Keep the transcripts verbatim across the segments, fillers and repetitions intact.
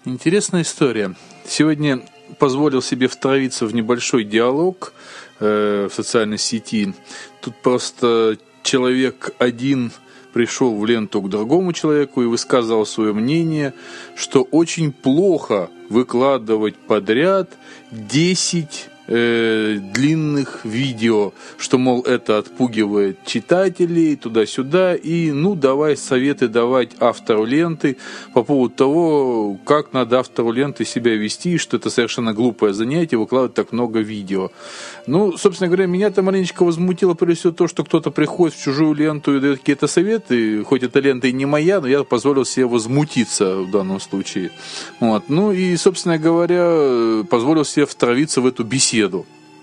Интересная история. Сегодня позволил себе втравиться в небольшой диалог э, в социальной сети. Тут просто человек один пришел в ленту к другому человеку и высказывал свое мнение, что очень плохо выкладывать подряд десять э, длинных видео, что, мол, это отпугивает читателей туда-сюда, и ну давай советы давать автору ленты по поводу того, как надо автору ленты себя вести, что это совершенно глупое занятие выкладывать так много видео. Ну, собственно говоря, меня это маленечко возмутило, прежде всего, то, что кто-то приходит в чужую ленту и дает какие-то советы, хоть эта лента и не моя, но я позволил себе возмутиться в данном случае. Вот. Ну и, собственно говоря, позволил себе втравиться в эту беседу.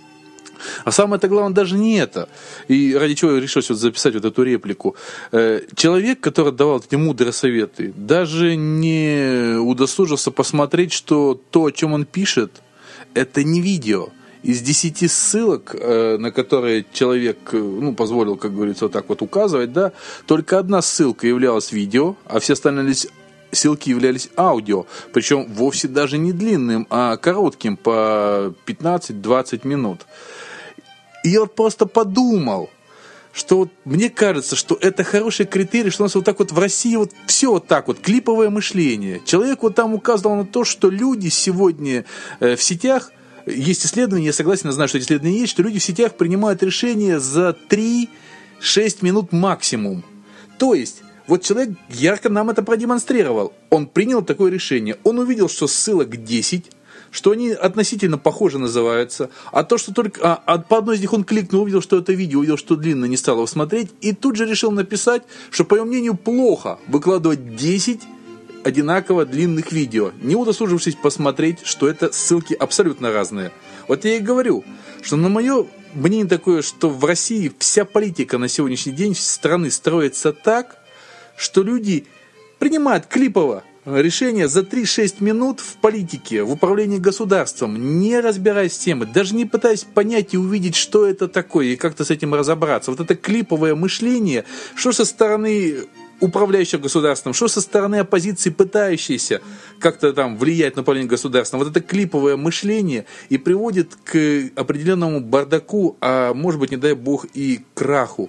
А самое-то главное даже не это. И ради чего я решил вот записать вот эту реплику. Человек, который давал эти мудрые советы, даже не удосужился посмотреть, что то, о чем он пишет, это не видео. Из десяти ссылок, на которые человек, ну, позволил, как говорится, вот так вот указывать, да, только одна ссылка являлась видео, а все остальные ссылки являлись аудио, причем вовсе даже не длинным, а коротким, по пятнадцать-двадцать минут. И я вот просто подумал, что вот мне кажется, что это хороший критерий, что у нас вот так вот в России вот все вот так вот, клиповое мышление. Человек вот там указывал на то, что люди сегодня в сетях, есть исследования, я согласен, я знаю, что эти исследования есть, что люди в сетях принимают решения за три-шесть минут максимум. То есть, вот человек ярко нам это продемонстрировал. Он принял такое решение. Он увидел, что ссылок десять, что они относительно похоже называются, а то, что только а, а по одной из них он кликнул, увидел, что это видео, увидел, что длинно, не стал его смотреть, и тут же решил написать, что, по его мнению, плохо выкладывать десять одинаково длинных видео, не удосужившись посмотреть, что это ссылки абсолютно разные. Вот я и говорю, что на мое мнение такое, что в России вся политика на сегодняшний день страны строится так, что люди принимают клипово решения за три-шесть минут в политике, в управлении государством, не разбираясь с темой, даже не пытаясь понять и увидеть, что это такое, и как-то с этим разобраться. Вот это клиповое мышление, что со стороны управляющего государством, что со стороны оппозиции, пытающейся как-то там влиять на управление государством, вот это клиповое мышление и приводит к определенному бардаку, а может быть, не дай бог, и краху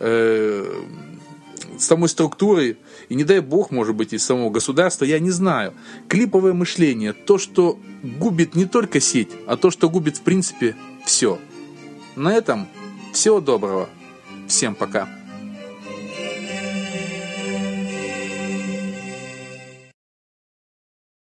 э, самой структуры, и не дай бог, может быть, и самого государства, я не знаю. Клиповое мышление, то, что губит не только сеть, а то, что губит в принципе все. На этом всего доброго. Всем пока.